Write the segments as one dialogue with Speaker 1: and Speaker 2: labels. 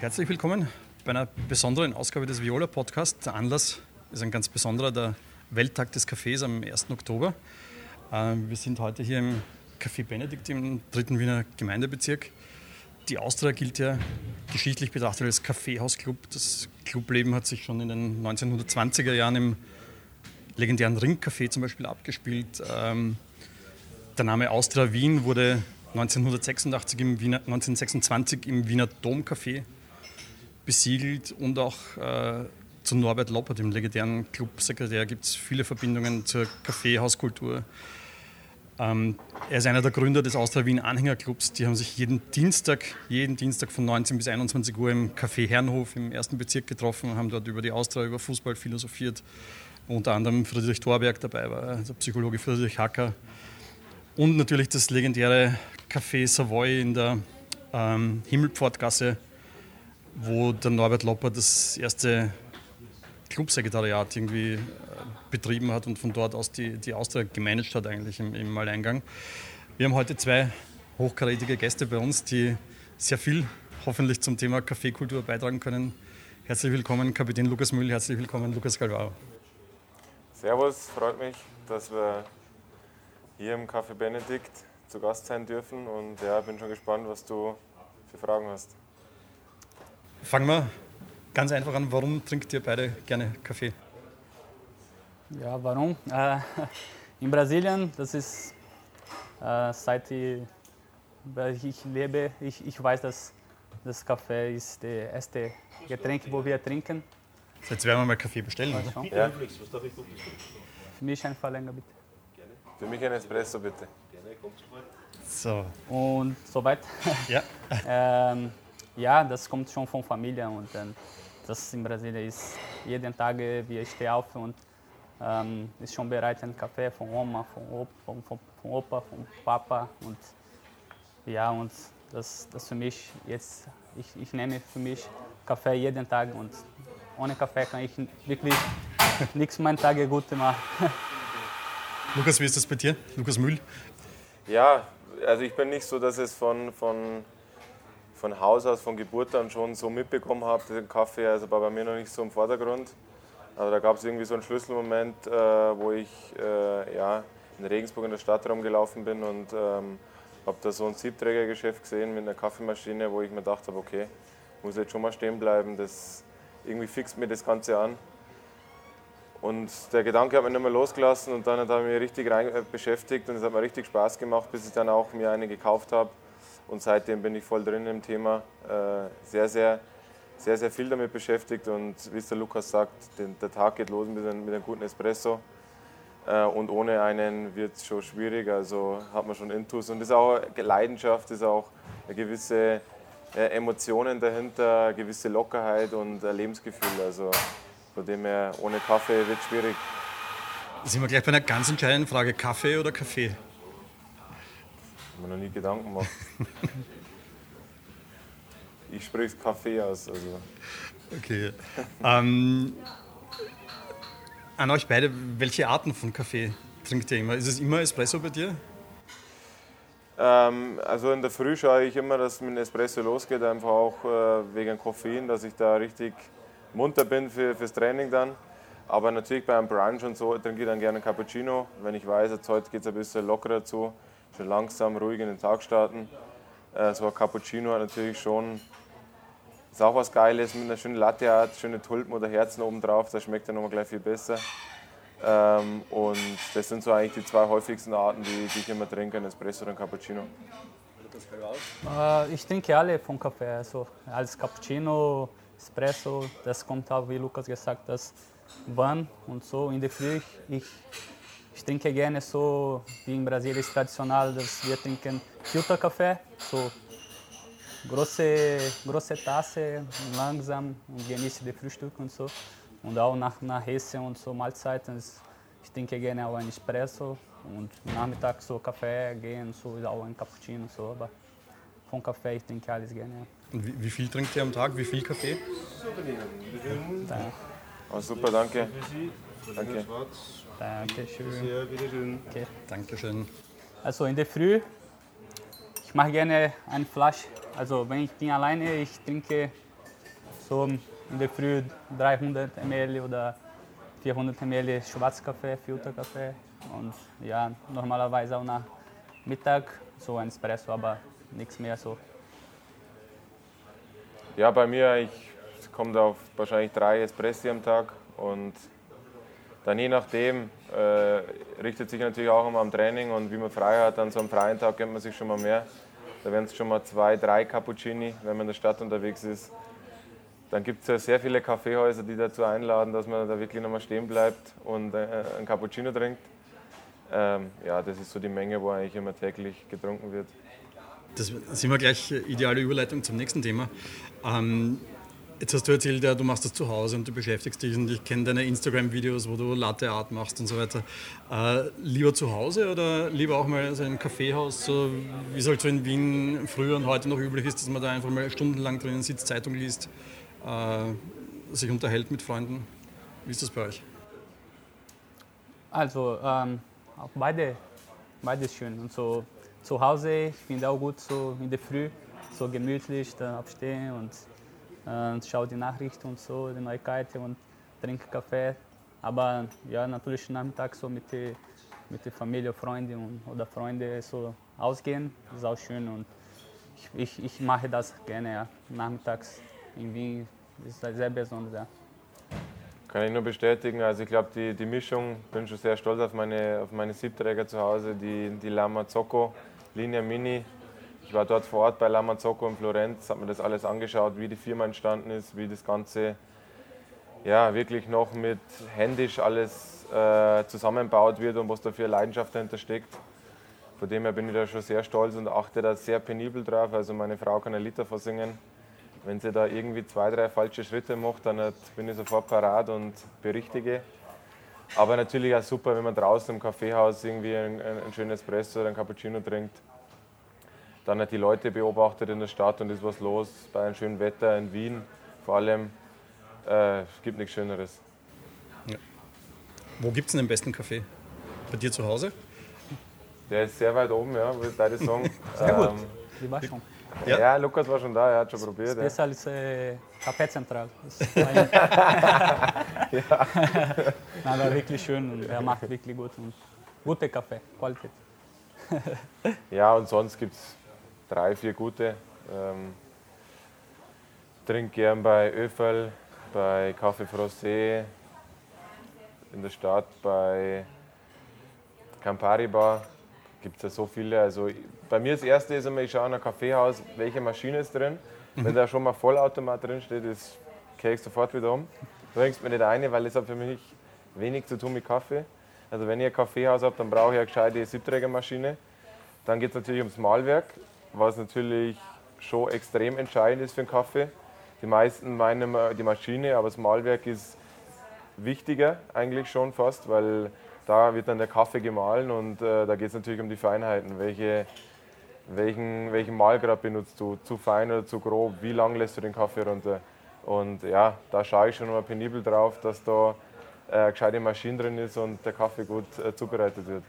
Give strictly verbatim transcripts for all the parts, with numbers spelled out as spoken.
Speaker 1: Herzlich willkommen bei einer besonderen Ausgabe des Viola Podcasts. Der Anlass ist ein ganz besonderer, der Welttag des Kaffees am ersten Oktober. Wir sind heute hier im Café Benedikt im dritten Wiener Gemeindebezirk. Die Austria gilt ja geschichtlich betrachtet als Kaffeehausclub. Das Clubleben hat sich schon in den neunzehnhundertzwanziger Jahren im legendären Ringcafé zum Beispiel abgespielt. Ähm, der Name Austria Wien wurde neunzehnhundertsechsundachtzig im Wiener, neunzehnhundertsechsundzwanzig im Wiener Domcafé besiegelt und auch äh, zu Norbert Loppert, dem legendären Clubsekretär, gibt es viele Verbindungen zur Kaffeehauskultur. Ähm, er ist einer der Gründer des Austria Wien Anhängerclubs. Die haben sich jeden Dienstag, jeden Dienstag von neunzehn bis einundzwanzig Uhr im Café Herrenhof im ersten Bezirk getroffen und haben dort über die Austria, über Fußball philosophiert. Unter anderem Friedrich Thorberg dabei war, der Psychologe Friedrich Hacker. Und natürlich das legendäre Café Savoy in der ähm, Himmelpfortgasse, wo der Norbert Loppert das erste Clubsekretariat irgendwie äh, betrieben hat und von dort aus die, die Austria gemanagt hat eigentlich im, im Alleingang. Wir haben heute zwei hochkarätige Gäste bei uns, die sehr viel hoffentlich zum Thema Kaffeekultur beitragen können. Herzlich willkommen Kapitän Lukas Mühl, herzlich willkommen Lukas Galvao.
Speaker 2: Servus, freut mich, dass wir hier im Café Benedikt zu Gast sein dürfen und ja, bin schon gespannt, was du für Fragen hast.
Speaker 1: Fangen wir ganz einfach an, warum trinkt ihr beide gerne Kaffee?
Speaker 3: Ja, warum? Äh, in Brasilien, das ist äh, seit ich, ich lebe, ich, ich weiß, dass das Kaffee ist das erste Getränk, wo wir trinken.
Speaker 1: Jetzt werden wir mal Kaffee bestellen. Oder?
Speaker 2: Ja.
Speaker 3: Für mich ein Verlänger, bitte.
Speaker 2: Für mich ein Espresso, bitte.
Speaker 1: So.
Speaker 3: Und soweit.
Speaker 1: Ja.
Speaker 3: ähm, ja, das kommt schon von Familie und ähm, das in Brasilien ist jeden Tag, wir stehen auf und ähm, ist schon bereit ein Kaffee von Oma, von Opa, von, von, von Opa, von Papa und ja und das, das für mich jetzt, ich, ich nehme für mich Kaffee jeden Tag und ohne Kaffee kann ich wirklich nichts meinen Tage gut machen.
Speaker 1: Lukas, wie ist das bei dir? Lukas Mühl?
Speaker 2: Ja, also ich bin nicht so, dass ich es von, von, von Haus aus, von Geburt an schon so mitbekommen habe, den Kaffee, also war bei mir noch nicht so im Vordergrund. Also da gab es irgendwie so einen Schlüsselmoment, äh, wo ich äh, ja, in Regensburg in der Stadt rumgelaufen bin und ähm, habe da so ein Siebträgergeschäft gesehen mit einer Kaffeemaschine, wo ich mir gedacht habe, okay, muss jetzt schon mal stehen bleiben, das irgendwie fixt mir das Ganze an. Und der Gedanke hat mich nicht mehr losgelassen und dann habe ich mich richtig rein beschäftigt und es hat mir richtig Spaß gemacht, bis ich dann auch mir eine gekauft habe. Und seitdem bin ich voll drin im Thema, äh, sehr, sehr, sehr, sehr viel damit beschäftigt und wie es der Lukas sagt, den, der Tag geht los mit einem, mit einem guten Espresso äh, und ohne einen wird es schon schwierig, also hat man schon Intus und das ist auch eine Leidenschaft, das ist auch eine gewisse äh, Emotionen dahinter, eine gewisse Lockerheit und ein Lebensgefühl, also von dem her ohne Kaffee wird es schwierig.
Speaker 1: Da sind wir gleich bei einer ganz entscheidenden Frage, Kaffee oder Kaffee?
Speaker 2: Ich habe mir noch nie Gedanken gemacht. Ich spreche Kaffee aus. Also.
Speaker 1: Okay. ähm, an euch beide, welche Arten von Kaffee trinkt ihr immer? Ist es immer Espresso bei dir?
Speaker 2: Ähm, also in der Früh schaue ich immer, dass es mit dem Espresso losgeht, einfach auch äh, wegen Koffein, dass ich da richtig munter bin für, fürs Training dann. Aber natürlich beim Brunch und so trinke ich dann gerne Cappuccino, wenn ich weiß, jetzt heute geht es ein bisschen lockerer zu, schon langsam, ruhig in den Tag starten. Äh, so ein Cappuccino hat natürlich schon, ist auch was Geiles, mit einer schönen Latte Art, schöne Tulpen oder Herzen oben drauf, das schmeckt dann nochmal gleich viel besser. Ähm, und das sind so eigentlich die zwei häufigsten Arten, die, die ich immer trinke, ein Espresso oder ein Cappuccino.
Speaker 3: Äh, ich trinke alle von Kaffee, also als Cappuccino, Espresso, das kommt auch, wie Lukas gesagt hat, das Wann und so in der Früh. Ich, ich trinke gerne so, wie in Brasilien ist traditionell, dass wir trinken Filterkaffee, so große, große Tasse, langsam und genieße das Frühstück und so. Und auch nach, nach Essen und so Mahlzeiten, ich trinke gerne auch ein Espresso und Nachmittag so Kaffee gehen, so auch ein Cappuccino, so, aber von Kaffee ich trinke alles gerne. Ja.
Speaker 1: Und wie, wie viel trinkt ihr am Tag? Wie viel Kaffee?
Speaker 3: Da.
Speaker 2: Oh, super, danke. Danke.
Speaker 3: Dankeschön. Okay.
Speaker 1: Dankeschön.
Speaker 3: Also in der Früh, ich mache gerne eine Flasche, also wenn ich bin alleine, ich trinke so in der Früh dreihundert Milliliter oder vierhundert Milliliter Schwarzkaffee, Filterkaffee und ja, normalerweise auch nach Mittag so ein Espresso, aber nichts mehr so.
Speaker 2: Ja, bei mir, ich komme auf wahrscheinlich drei Espressi am Tag und dann je nachdem äh, richtet sich natürlich auch immer am Training und wie man frei hat, an so einem freien Tag gönnt man sich schon mal mehr. Da werden es schon mal zwei, drei Cappuccini, wenn man in der Stadt unterwegs ist. Dann gibt es ja sehr viele Kaffeehäuser, die dazu einladen, dass man da wirklich nochmal stehen bleibt und äh, einen Cappuccino trinkt. Ähm, ja, das ist so die Menge, wo eigentlich immer täglich getrunken wird.
Speaker 1: Das sind wir gleich ideale Überleitung zum nächsten Thema. Ähm, jetzt hast du erzählt, ja, du machst das zu Hause und du beschäftigst dich und ich kenne deine Instagram-Videos, wo du Latte Art machst und so weiter. Äh, lieber zu Hause oder lieber auch mal so ein Kaffeehaus, so wie es halt so in Wien früher und heute noch üblich ist, dass man da einfach mal stundenlang drinnen sitzt, Zeitung liest, äh, sich unterhält mit Freunden. Wie ist das bei euch?
Speaker 3: Also ähm, auch beide, beides schön. Und so zu Hause, ich finde auch gut so in der Früh, so gemütlich da aufstehen und äh, schaue die Nachrichten und so, die Neuigkeiten und trinke Kaffee. Aber ja, natürlich nachmittags so mit der mit der Familie, Freunden und, oder Freunde so ausgehen, ist auch schön und ich, ich, ich mache das gerne, ja. Nachmittags in Wien ist das sehr besonders. Ja.
Speaker 2: Kann ich nur bestätigen. Also ich glaube, die, die Mischung, ich bin schon sehr stolz auf meine, auf meine Siebträger zu Hause, die, die La Marzocco Linea Mini. Ich war dort vor Ort bei La Marzocco in Florenz, habe mir das alles angeschaut, wie die Firma entstanden ist, wie das Ganze ja, wirklich noch mit händisch alles äh, zusammengebaut wird und was da für Leidenschaft dahinter steckt. Von dem her bin ich da schon sehr stolz und achte da sehr penibel drauf. Also meine Frau kann ein Lied davon singen. Wenn sie da irgendwie zwei, drei falsche Schritte macht, dann bin ich sofort parat und berichtige. Aber natürlich auch super, wenn man draußen im Kaffeehaus irgendwie ein, ein schönes Espresso oder ein Cappuccino trinkt. Dann hat die Leute beobachtet in der Stadt und ist was los. Bei einem schönen Wetter in Wien vor allem. Äh, es gibt nichts Schöneres.
Speaker 1: Ja. Wo gibt es denn den besten Kaffee? Bei dir zu Hause?
Speaker 2: Der ist sehr weit oben, ja, würde ich sagen.
Speaker 3: Sehr gut, die war schon.
Speaker 2: Ja. ja, Lukas war schon da, er hat schon probiert.
Speaker 3: Besser
Speaker 2: ja.
Speaker 3: als äh, Café Central.
Speaker 2: ja.
Speaker 3: Nein, war wirklich schön und er macht wirklich gut und gute Kaffee, Qualität.
Speaker 2: ja, und sonst gibt es drei, vier gute. Ähm, trink gern bei Öfel, bei Café Frosé, in der Stadt bei Campari Bar. Gibt es ja so viele. Also bei mir das Erste ist immer, ich schaue in ein Kaffeehaus, welche Maschine ist drin. Mhm. Wenn da schon mal Vollautomat drin steht, ist kehre ich sofort wieder um. Du bringst mir nicht eine, weil es hat für mich wenig zu tun mit Kaffee. Also wenn ihr ein Kaffeehaus habt, dann brauche ich eine gescheite Siebträgermaschine. Dann geht es natürlich ums Mahlwerk, was natürlich schon extrem entscheidend ist für einen Kaffee. Die meisten meinen immer die Maschine, aber das Mahlwerk ist wichtiger eigentlich schon fast, weil da wird dann der Kaffee gemahlen und äh, da geht es natürlich um die Feinheiten. Welche, welchen, welchen Mahlgrad benutzt du? Zu fein oder zu grob? Wie lang lässt du den Kaffee runter? Und ja, da schaue ich schon mal penibel drauf, dass da äh, eine gescheite Maschine drin ist und der Kaffee gut äh, zubereitet wird.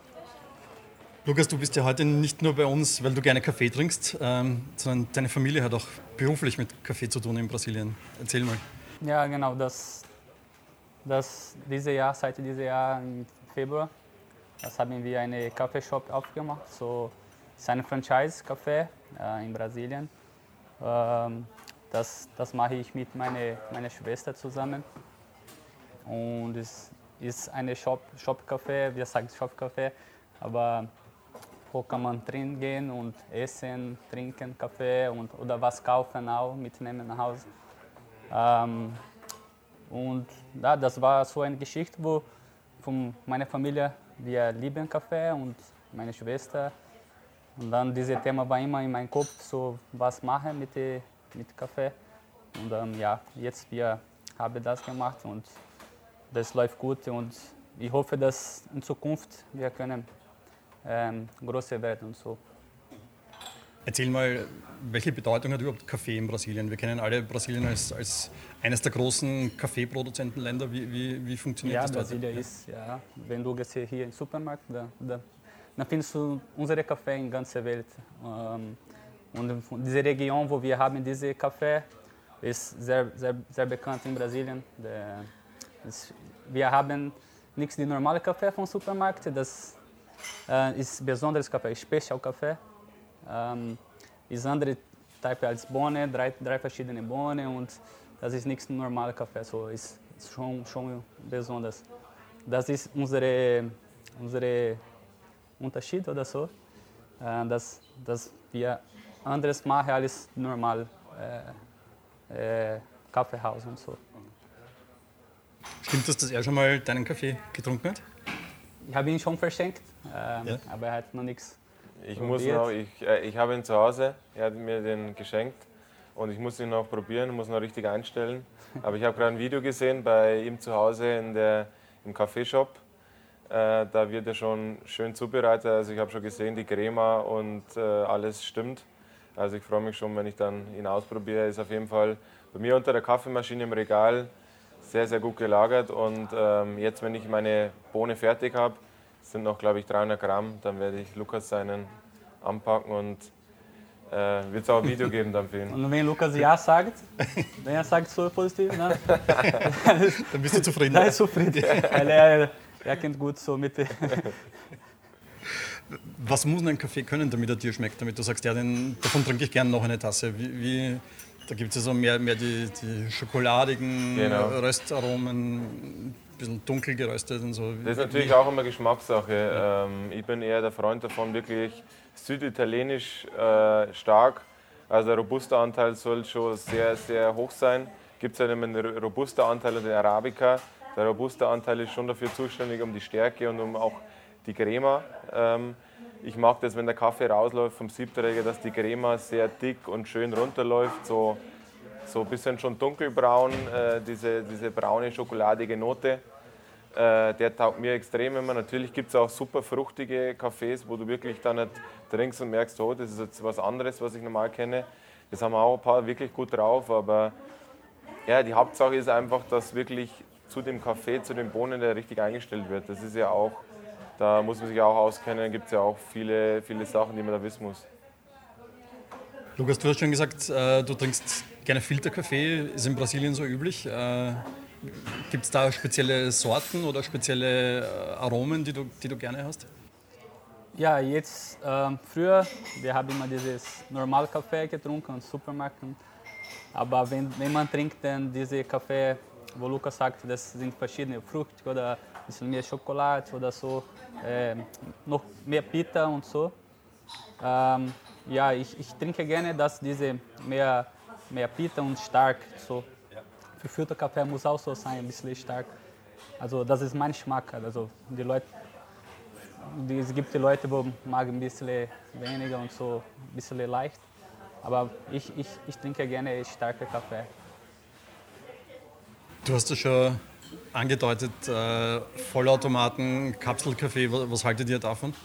Speaker 1: Lukas, du bist ja heute nicht nur bei uns, weil du gerne Kaffee trinkst, ähm, sondern deine Familie hat auch beruflich mit Kaffee zu tun in Brasilien. Erzähl mal.
Speaker 3: Ja, genau, das, das dieses Jahr, seit diesem Jahr im Februar, das haben wir einen Kaffeeshop aufgemacht, so ist ein Franchise-Café äh, in Brasilien. Ähm, das, das mache ich mit meiner, meiner Schwester zusammen und es ist ein Shop, Shop-Café, wir sagen Shop-Café, aber wo kann man drin gehen und essen, trinken, Kaffee und, oder was kaufen auch, mitnehmen nach Hause. Ähm, und ja, das war so eine Geschichte, wo von meiner Familie, wir lieben Kaffee und meine Schwester. Und dann dieses Thema war immer in meinem Kopf, so was machen mit, die, mit Kaffee. Und dann ja, jetzt wir haben das gemacht und das läuft gut und ich hoffe, dass in Zukunft wir können Ähm, größer werden und so.
Speaker 1: Erzähl mal, welche Bedeutung hat überhaupt Kaffee in Brasilien? Wir kennen alle Brasilien als, als eines der großen Kaffeeproduzentenländer. Wie, wie, wie funktioniert
Speaker 3: ja,
Speaker 1: das dort?
Speaker 3: Brasilien ist, ja, wenn du gehst hier im Supermarkt, da, da, dann findest du unsere Kaffee in der ganzen Welt. Ähm, und in dieser Region, wo wir haben diese Kaffee, ist sehr, sehr, sehr bekannt in Brasilien. Der ist, wir haben nicht den normalen Kaffee vom Supermarkt, das äh, ist besonderes Kaffee, Special Kaffee. Ähm, ist andere Type als Bohne, drei, drei verschiedene Bohnen und das ist nicht normaler Kaffee, so ist, ist schon, schon besonders. Das ist unsere, unsere Unterschied oder so, äh, dass, dass wir anderes machen als normal äh, äh, Kaffeehaus und so.
Speaker 1: Stimmt das, dass er schon mal deinen Kaffee getrunken hat?
Speaker 3: Ich habe ihn schon verschenkt, ähm,
Speaker 1: ja.
Speaker 3: aber er hat noch nichts.
Speaker 2: Ich muss noch, ich, äh, ich habe ihn zu Hause, er hat mir den geschenkt und ich muss ihn noch probieren, muss noch richtig einstellen. Aber ich habe gerade ein Video gesehen bei ihm zu Hause in der, im Kaffeeshop. Äh, da wird er schon schön zubereitet. Also ich habe schon gesehen, die Crema und äh, alles stimmt. Also ich freue mich schon, wenn ich dann ihn ausprobiere. Er ist auf jeden Fall bei mir unter der Kaffeemaschine im Regal sehr, sehr gut gelagert. Und ähm, jetzt, wenn ich meine Bohne fertig habe, sind noch, glaube ich, dreihundert Gramm, dann werde ich Lukas seinen anpacken und äh, wird es auch ein Video geben dann für ihn.
Speaker 3: Und wenn Lukas ja sagt, wenn er sagt so positiv, dann,
Speaker 1: dann bist du zufrieden.
Speaker 3: Dann ist zufrieden, weil er, er kennt gut so mit.
Speaker 1: Was muss ein Kaffee können, damit er dir schmeckt, damit du sagst, ja, den, davon trinke ich gerne noch eine Tasse? Wie, wie, da gibt es ja so mehr, mehr die, die schokoladigen
Speaker 2: genau.
Speaker 1: Röstaromen, ein bisschen dunkel geröstet und so.
Speaker 2: Das ist natürlich auch immer Geschmackssache. Ja. Ähm, ich bin eher der Freund davon, wirklich süditalienisch äh, stark. Also der Robusta-Anteil soll schon sehr, sehr hoch sein. Gibt es halt immer einen Robusta-Anteil und den Arabica. Der Robusta-Anteil ist schon dafür zuständig, um die Stärke und um auch die Crema. Ähm, ich mag das, wenn der Kaffee rausläuft vom Siebträger, dass die Crema sehr dick und schön runterläuft, so, so ein bisschen schon dunkelbraun, äh, diese, diese braune schokoladige Note. Äh, der taugt mir extrem immer. Natürlich gibt es auch super fruchtige Kaffees, wo du wirklich dann nicht trinkst und merkst, oh, das ist jetzt was anderes, was ich normal kenne. Das haben auch ein paar wirklich gut drauf, aber ja, die Hauptsache ist einfach, dass wirklich zu dem Kaffee, zu den Bohnen, der richtig eingestellt wird. Das ist ja auch, da muss man sich auch auskennen, gibt es ja auch viele, viele Sachen, die man da wissen muss.
Speaker 1: Lukas, du hast schon gesagt, du trinkst gerne Filterkaffee, ist in Brasilien so üblich. Gibt es da spezielle Sorten oder spezielle Aromen, die du, die du gerne hast?
Speaker 3: Ja, jetzt, äh, früher, wir haben immer dieses normale Kaffee getrunken im Supermarkt. Aber wenn, wenn man trinkt dann diese Kaffee, wo Lukas sagt, das sind verschiedene Früchte oder ein bisschen mehr Schokolade oder so, äh, noch mehr Pita und so. Ähm, ja, ich, ich trinke gerne, dass diese mehr, mehr Pita und stark so. Für Filterkaffee muss auch so sein, ein bisschen stark. Also das ist mein Geschmack. Also die Leute, die, es gibt die Leute, die mag ein bisschen weniger und so, ein bisschen leicht. Aber ich, ich, ich trinke gerne starke Kaffee.
Speaker 1: Du hast ja schon angedeutet, äh, Vollautomaten, Kapselkaffee, was, was haltet ihr davon?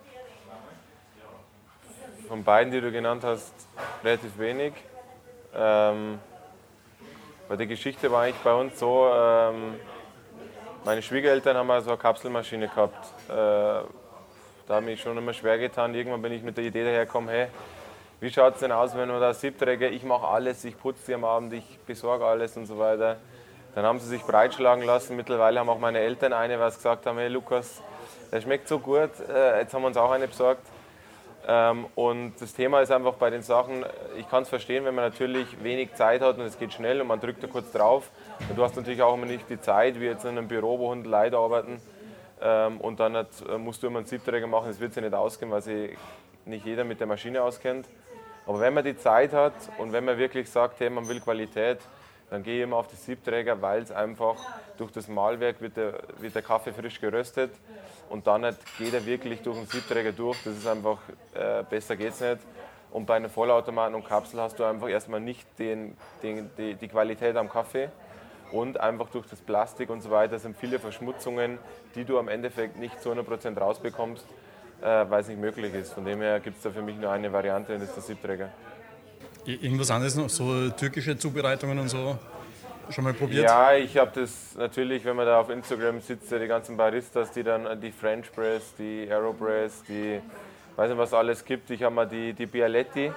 Speaker 2: Von beiden, die du genannt hast, relativ wenig. Ähm, Weil die Geschichte war eigentlich bei uns so, ähm, meine Schwiegereltern haben also eine Kapselmaschine gehabt. Äh, da habe ich mich schon immer schwer getan. Irgendwann bin ich mit der Idee dahergekommen, hey, wie schaut es denn aus, wenn man da Siebträger, ich mache alles, ich putze sie am Abend, ich besorge alles und so weiter. Dann haben sie sich breitschlagen lassen. Mittlerweile haben auch meine Eltern eine, was gesagt haben, hey Lukas, der schmeckt so gut, äh, jetzt haben wir uns auch eine besorgt. Ähm, und das Thema ist einfach bei den Sachen, ich kann es verstehen, wenn man natürlich wenig Zeit hat und es geht schnell und man drückt da kurz drauf. Und du hast natürlich auch immer nicht die Zeit, wie jetzt in einem Büro, wo hundert Leute arbeiten. Ähm, und dann hat, musst du immer einen Siebträger machen, das wird sich nicht ausgehen, weil sich nicht jeder mit der Maschine auskennt. Aber wenn man die Zeit hat und wenn man wirklich sagt, hey, man will Qualität, dann gehe ich immer auf die Siebträger, weil es einfach durch das Mahlwerk wird der, wird der Kaffee frisch geröstet. Und dann geht er wirklich durch den Siebträger durch. Das ist einfach, äh, besser geht es nicht. Und bei einem Vollautomaten und Kapsel hast du einfach erstmal nicht den, den, die, die Qualität am Kaffee. Und einfach durch das Plastik und so weiter sind viele Verschmutzungen, die du am Endeffekt nicht zu hundert Prozent rausbekommst, äh, weil es nicht möglich ist. Von dem her gibt es da für mich nur eine Variante, und das ist der Siebträger.
Speaker 1: Irgendwas anderes noch, so türkische Zubereitungen und so? Schon mal probiert?
Speaker 2: Ja, ich habe das natürlich, wenn man da auf Instagram sitzt, die ganzen Baristas, die dann die French Press, die Aeropress, die weiß nicht was alles gibt. Ich habe mal die, die Bialetti,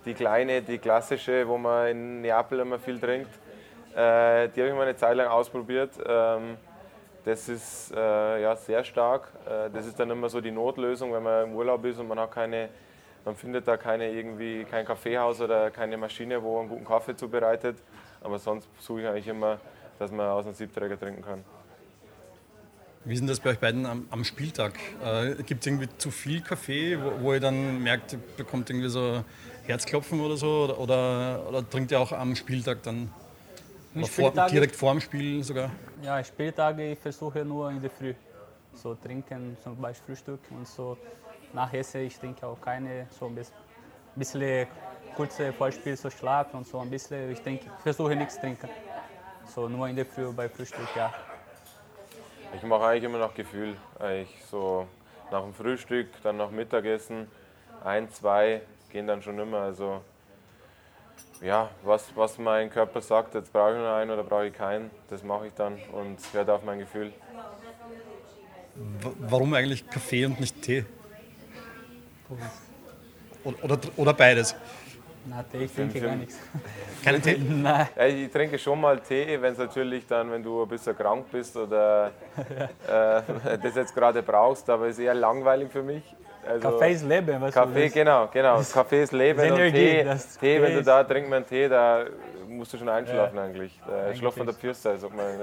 Speaker 2: die kleine, die klassische, wo man in Neapel immer viel trinkt. Äh, die habe ich mal eine Zeit lang ausprobiert. Ähm, das ist äh, ja, sehr stark. Äh, das ist dann immer so die Notlösung, wenn man im Urlaub ist und man hat keine, man findet da keine irgendwie kein Kaffeehaus oder keine Maschine, wo einen guten Kaffee zubereitet. Aber sonst suche ich eigentlich immer, dass man aus einem Siebträger trinken kann.
Speaker 1: Wie ist denn das bei euch beiden am, am Spieltag? Äh, Gibt es irgendwie zu viel Kaffee, wo, wo ihr dann merkt, ihr bekommt irgendwie so Herzklopfen oder so? Oder, oder, oder trinkt ihr auch am Spieltag dann? Oder vor, direkt vor dem Spiel sogar?
Speaker 3: Ja, Spieltage, ich versuche nur in der Früh. So trinken, zum Beispiel Frühstück und so. Nach Essen, ich trinke auch keine, so ein bisschen kurze Vorspiel, so schlafen und so ein bisschen. Ich trinke, versuche nichts zu trinken. So nur in der Früh bei Frühstück, ja.
Speaker 2: Ich mache eigentlich immer nach Gefühl. Eigentlich so nach dem Frühstück, dann nach Mittagessen. Ein, zwei gehen dann schon immer. Also ja, was, was mein Körper sagt, jetzt brauche ich nur einen oder brauche ich keinen, das mache ich dann und hört auf mein Gefühl.
Speaker 1: Warum eigentlich Kaffee und nicht Tee? Oder, oder, oder beides?
Speaker 3: Na, Tee, ich trinke gar nichts.
Speaker 1: Keinen Tee?
Speaker 3: Nein.
Speaker 2: Ja, ich trinke schon mal Tee, wenn es natürlich dann, wenn du ein bisschen krank bist oder äh, das jetzt gerade brauchst, aber es ist eher langweilig für mich. Also,
Speaker 3: Kaffee ist Leben, was
Speaker 2: Kaffee, genau, genau. Kaffee ist Leben und
Speaker 3: Energie,
Speaker 2: Tee, Tee, wenn du da trinkt man Tee, da musst du schon einschlafen ja. eigentlich. Der Schlaf von der Pürste, sagt man.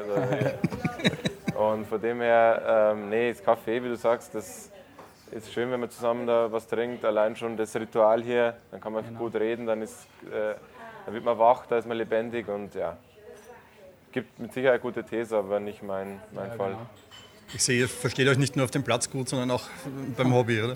Speaker 2: Und von dem her, ähm, nee, das Kaffee, wie du sagst, das ist schön, wenn man zusammen da was trinkt. Allein schon das Ritual hier, dann kann man genau. gut reden, dann, ist, äh, dann wird man wach, da ist man lebendig und ja. Gibt mit Sicherheit gute Tees, aber nicht mein, mein ja, Fall. Genau.
Speaker 1: Ich sehe, ihr versteht euch nicht nur auf dem Platz gut, sondern auch beim Hobby, oder?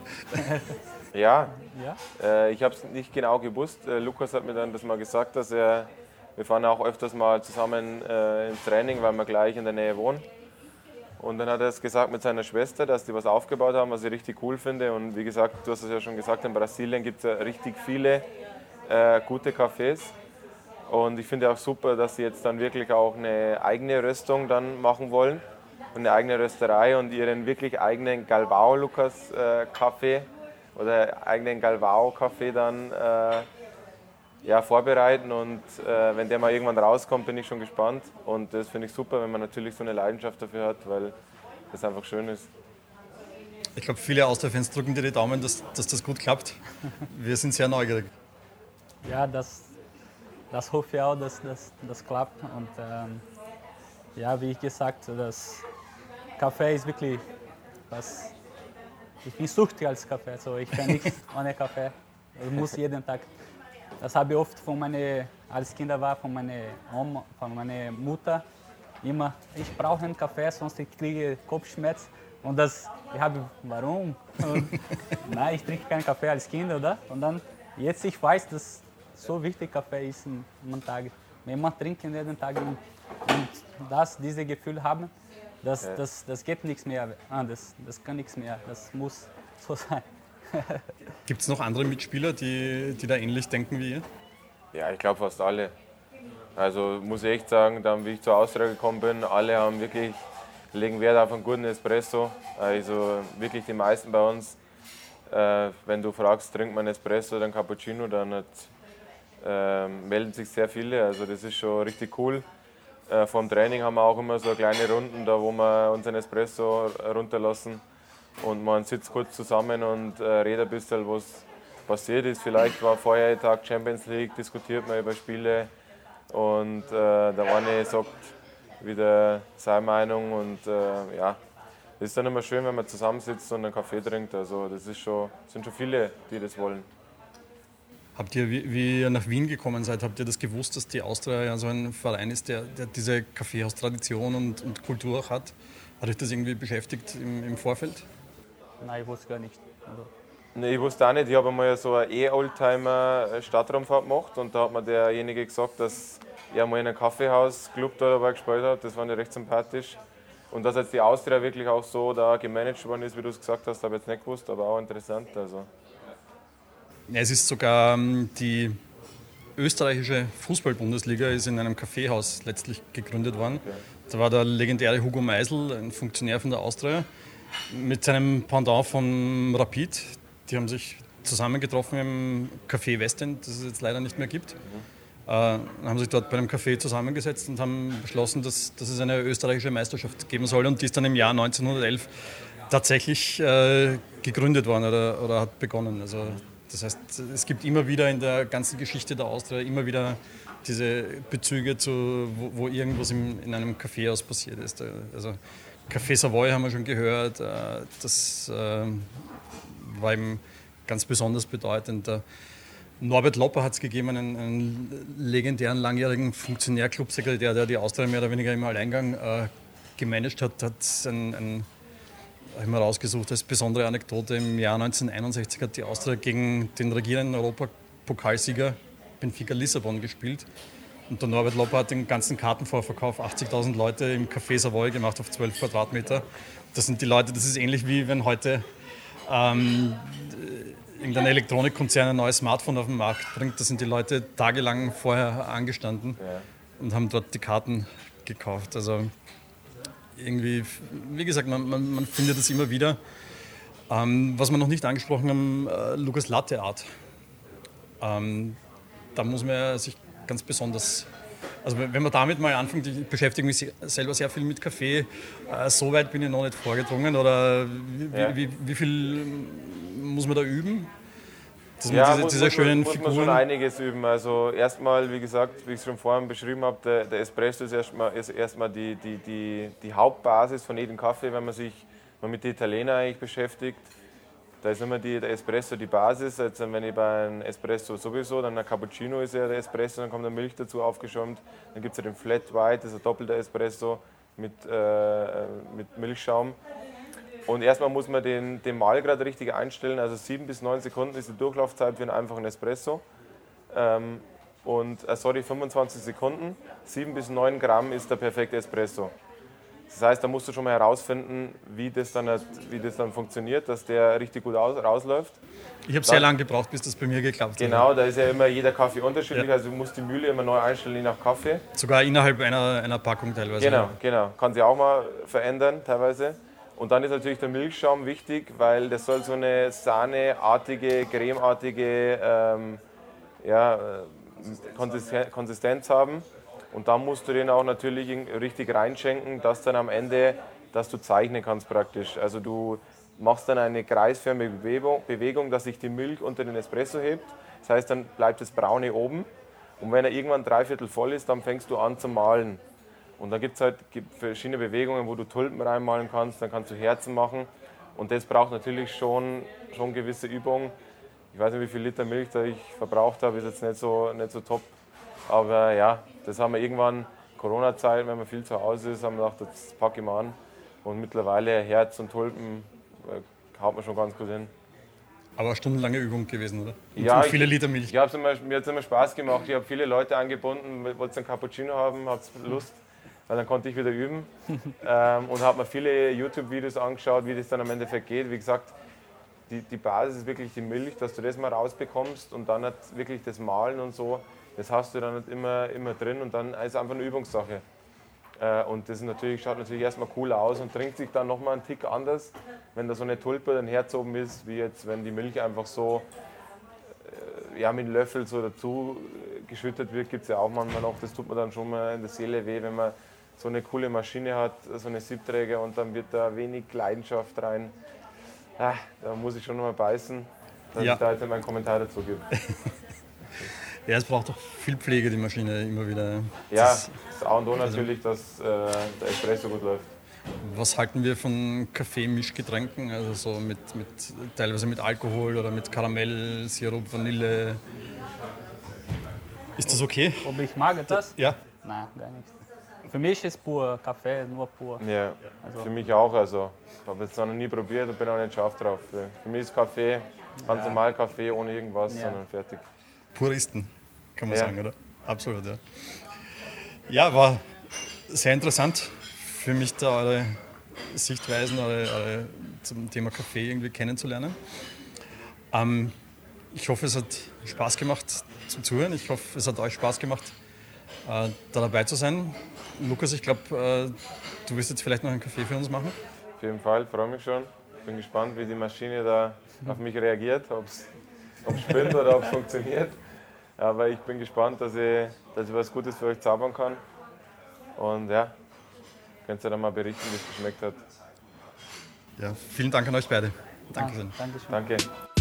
Speaker 2: Ja, ja? Äh, ich habe es nicht genau gewusst. Äh, Lukas hat mir dann das mal gesagt, dass er, wir fahren auch öfters mal zusammen äh, ins Training, weil wir gleich in der Nähe wohnen. Und dann hat er es gesagt mit seiner Schwester, dass die was aufgebaut haben, was ich richtig cool finde. Und wie gesagt, du hast es ja schon gesagt, in Brasilien gibt es ja richtig viele äh, gute Cafés. Und ich finde auch super, dass sie jetzt dann wirklich auch eine eigene Röstung dann machen wollen. Und eine eigene Rösterei und ihren wirklich eigenen Galvao Lukas äh, Kaffee oder eigenen Galvao Kaffee dann äh, ja, vorbereiten und äh, wenn der mal irgendwann rauskommt, bin ich schon gespannt und das finde ich super, wenn man natürlich so eine Leidenschaft dafür hat, weil das einfach schön ist.
Speaker 1: Ich glaube, viele Austria-Fans drücken dir die Daumen, dass, dass das gut klappt. Wir sind sehr neugierig.
Speaker 3: Ja, das, das hoffe ich auch, dass das, das klappt und ähm, ja, wie ich gesagt, das Kaffee ist wirklich was. Ich bin süchtig als Kaffee, also ich kann nichts ohne Kaffee. Ich muss jeden Tag. Das habe ich oft von meiner, als Kinder war, von meiner Oma, von meiner Mutter immer. Ich brauche einen Kaffee, sonst ich kriege Kopfschmerz. Und das, ich habe, warum? Und, nein, ich trinke keinen Kaffee als Kind, oder? Und dann jetzt ich weiß, dass so wichtig Kaffee ist am Tag. Wenn man trinkt jeden Tag und das, diese Gefühl haben. Das, ja. das, das geht nichts mehr anders, das kann nichts mehr, das muss so sein.
Speaker 1: Gibt es noch andere Mitspieler, die, die da ähnlich denken wie ihr?
Speaker 2: Ja, ich glaube fast alle. Also muss ich echt sagen, dann, wie ich zur Austria gekommen bin, alle haben wirklich, legen Wert auf einen guten Espresso. Also wirklich die meisten bei uns, äh, wenn du fragst, trinkt man Espresso oder einen Cappuccino, dann hat, äh, melden sich sehr viele, also das ist schon richtig cool. Äh, vom Training haben wir auch immer so kleine Runden, da wo wir unseren Espresso runterlassen und man sitzt kurz zusammen und äh, redet ein bisschen, was passiert ist. Vielleicht war vorher Tag Champions League, diskutiert man über Spiele und äh, der eine sagt wieder seine Meinung und äh, ja, es ist dann immer schön, wenn man zusammensitzt und einen Kaffee trinkt. Also das ist schon, sind schon viele, die das wollen.
Speaker 1: Habt ihr, wie, wie ihr nach Wien gekommen seid, habt ihr das gewusst, dass die Austria ja so ein Verein ist, der, der diese Kaffeehaustradition und, und Kultur auch hat? Hat euch das irgendwie beschäftigt im, im Vorfeld?
Speaker 3: Nein, ich wusste gar nicht. Also
Speaker 2: nee, ich wusste auch nicht. Ich habe einmal so eine E-Oldtimer-Stadtraumfahrt gemacht und da hat mir derjenige gesagt, dass er mal in einem Kaffeehaus-Club da dabei gespielt hat. Das fand ich recht sympathisch. Und dass jetzt die Austria wirklich auch so da gemanagt worden ist, wie du es gesagt hast, habe ich jetzt nicht gewusst, aber auch interessant. Also.
Speaker 1: Ja, es ist sogar die österreichische Fußball-Bundesliga ist in einem Kaffeehaus letztlich gegründet worden. Okay. Da war der legendäre Hugo Meisel, ein Funktionär von der Austria, mit seinem Pendant von Rapid. Die haben sich zusammengetroffen im Café Westend, das es jetzt leider nicht mehr gibt. Mhm. Äh, haben sich dort bei einem Café zusammengesetzt und haben beschlossen, dass, dass es eine österreichische Meisterschaft geben soll. Und die ist dann im Jahr neunzehnhundertelf tatsächlich äh, gegründet worden oder, oder hat begonnen. Also, das heißt, es gibt immer wieder in der ganzen Geschichte der Austria immer wieder diese Bezüge zu, wo, wo irgendwas im, in einem Kaffeehaus passiert ist. Also Café Savoy haben wir schon gehört, das war eben ganz besonders bedeutend. Norbert Lopper hat es gegeben, einen, einen legendären langjährigen Funktionär, Clubsekretär, der die Austria mehr oder weniger im Alleingang äh, gemanagt hat, hat ein, ein habe ich mal rausgesucht als besondere Anekdote. Im Jahr neunzehnhunderteinundsechzig hat die Austria gegen den regierenden Europapokalsieger Benfica Lissabon gespielt. Und der Norbert Lopper hat den ganzen Kartenvorverkauf, achtzigtausend Leute im Café Savoy gemacht auf zwölf Quadratmeter. Das sind die Leute, das ist ähnlich wie wenn heute ähm, irgendein Elektronikkonzern ein neues Smartphone auf den Markt bringt. Das sind die Leute tagelang vorher angestanden ja. und haben dort die Karten gekauft. Also irgendwie, wie gesagt, man, man, man findet das immer wieder. Ähm, was wir noch nicht angesprochen haben, äh, Lukas Latte Art. Ähm, da muss man sich ganz besonders, also wenn man damit mal anfängt, ich beschäftige mich selber sehr viel mit Kaffee, äh, so weit bin ich noch nicht vorgedrungen, oder wie, ja. wie, wie, wie viel muss man da üben? Dass
Speaker 2: ja,
Speaker 1: man diese,
Speaker 2: muss,
Speaker 1: diese
Speaker 2: muss,
Speaker 1: schönen
Speaker 2: muss
Speaker 1: Figuren...
Speaker 2: man schon einiges üben. Also erstmal, wie gesagt, wie ich es schon vorhin beschrieben habe, der, der Espresso ist erstmal, ist erstmal die, die, die, die Hauptbasis von jedem Kaffee, wenn man sich mal mit den Italienern eigentlich beschäftigt. Da ist immer die, der Espresso die Basis. Jetzt, wenn ich bei einem Espresso sowieso, dann ein Cappuccino ist ja der Espresso, dann kommt der Milch dazu aufgeschäumt. Dann gibt es ja den Flat White, das ist ein doppelter Espresso mit, äh, mit Milchschaum. Und erstmal muss man den, den Mahlgrad richtig einstellen, also sieben bis neun Sekunden ist die Durchlaufzeit für einen einfachen Espresso. Ähm, und, äh, sorry, fünfundzwanzig Sekunden, sieben bis neun Gramm ist der perfekte Espresso. Das heißt, da musst du schon mal herausfinden, wie das dann, wie das dann funktioniert, dass der richtig gut aus, rausläuft.
Speaker 1: Ich habe sehr lange gebraucht, bis das bei mir geklappt hat.
Speaker 2: Genau, da ist ja immer jeder Kaffee unterschiedlich, ja. Also du musst die Mühle immer neu einstellen, je nach Kaffee.
Speaker 1: Sogar innerhalb einer, einer Packung teilweise.
Speaker 2: Genau, genau, kann sich auch mal verändern teilweise. Und dann ist natürlich der Milchschaum wichtig, weil das soll so eine sahneartige, cremeartige ähm, ja, Konsistenz haben. Und dann musst du den auch natürlich richtig reinschenken, dass dann am Ende, dass du zeichnen kannst praktisch. Also du machst dann eine kreisförmige Bewegung, Bewegung, dass sich die Milch unter den Espresso hebt. Das heißt, dann bleibt das Braune oben. Und wenn er irgendwann dreiviertel voll ist, dann fängst du an zu mahlen. Und dann gibt es halt verschiedene Bewegungen, wo du Tulpen reinmalen kannst, dann kannst du Herzen machen. Und das braucht natürlich schon, schon gewisse Übung. Ich weiß nicht, wie viel Liter Milch da ich verbraucht habe, ist jetzt nicht so, nicht so top. Aber ja, das haben wir irgendwann, Corona-Zeit, wenn man viel zu Hause ist, haben wir gedacht, das packe ich mal an. Und mittlerweile Herz und Tulpen äh, haut man schon ganz gut hin.
Speaker 1: Aber eine stundenlange Übung gewesen, oder? Und
Speaker 2: ja,
Speaker 1: viele Liter Milch.
Speaker 2: Ich, ich immer, mir hat es immer Spaß gemacht. Ich habe viele Leute angebunden, wollte einen Cappuccino haben, habt Lust, weil dann konnte ich wieder üben. ähm, und habe mir viele YouTube-Videos angeschaut, wie das dann am Endeffekt geht. Wie gesagt, die, die Basis ist wirklich die Milch, dass du das mal rausbekommst und dann hat wirklich das Mahlen und so. Das hast du dann nicht immer, immer drin und dann ist es einfach eine Übungssache. Äh, und das ist natürlich, schaut natürlich erstmal cool aus und trinkt sich dann nochmal einen Tick anders, wenn da so eine Tulpe oder ein Herz oben ist, wie jetzt, wenn die Milch einfach so äh, ja, mit einem Löffel so dazu geschüttet wird, gibt es ja auch manchmal noch. Das tut mir dann schon mal in der Seele weh, wenn man so eine coole Maschine hat, so eine Siebträger und dann wird da wenig Leidenschaft rein. Ah, da muss ich schon nochmal beißen, dass ja. ich da jetzt meinen Kommentar dazu gebe.
Speaker 1: Ja, es braucht auch viel Pflege, die Maschine, immer wieder.
Speaker 2: Ja, das ist A und O natürlich, dass äh, der Espresso gut läuft.
Speaker 1: Was halten wir von Kaffee-Mischgetränken, also so mit, mit, teilweise mit Alkohol oder mit Karamell, Sirup, Vanille? Ist das okay?
Speaker 3: Ob ich mag das?
Speaker 1: Ja.
Speaker 3: Nein, gar nicht. Für mich ist pur Kaffee, nur pur.
Speaker 2: Ja, also. Für mich auch. Also, ich habe es noch nie probiert und bin auch nicht scharf drauf. Für mich ist Kaffee, ganz ja. normal Kaffee, ohne irgendwas, ja. sondern fertig.
Speaker 1: Puristen, kann man
Speaker 2: ja.
Speaker 1: sagen, oder? Absolut, ja. Ja, war sehr interessant für mich, da eure Sichtweisen eure, eure zum Thema Kaffee irgendwie kennenzulernen. Ähm, ich hoffe, es hat Spaß gemacht zum Zuhören. Ich hoffe, es hat euch Spaß gemacht, äh, da dabei zu sein. Lukas, ich glaube, äh, du wirst jetzt vielleicht noch einen Kaffee für uns machen.
Speaker 2: Auf jeden Fall, freue mich schon. Bin gespannt, wie die Maschine da auf mich reagiert. Ob's ob es spinnt oder ob es funktioniert. Aber ich bin gespannt, dass ich, dass ich was Gutes für euch zaubern kann. Und ja, könnt ihr dann mal berichten, wie es geschmeckt hat.
Speaker 1: Ja, vielen Dank an euch beide. Dankeschön.
Speaker 3: Dankeschön.
Speaker 2: Danke.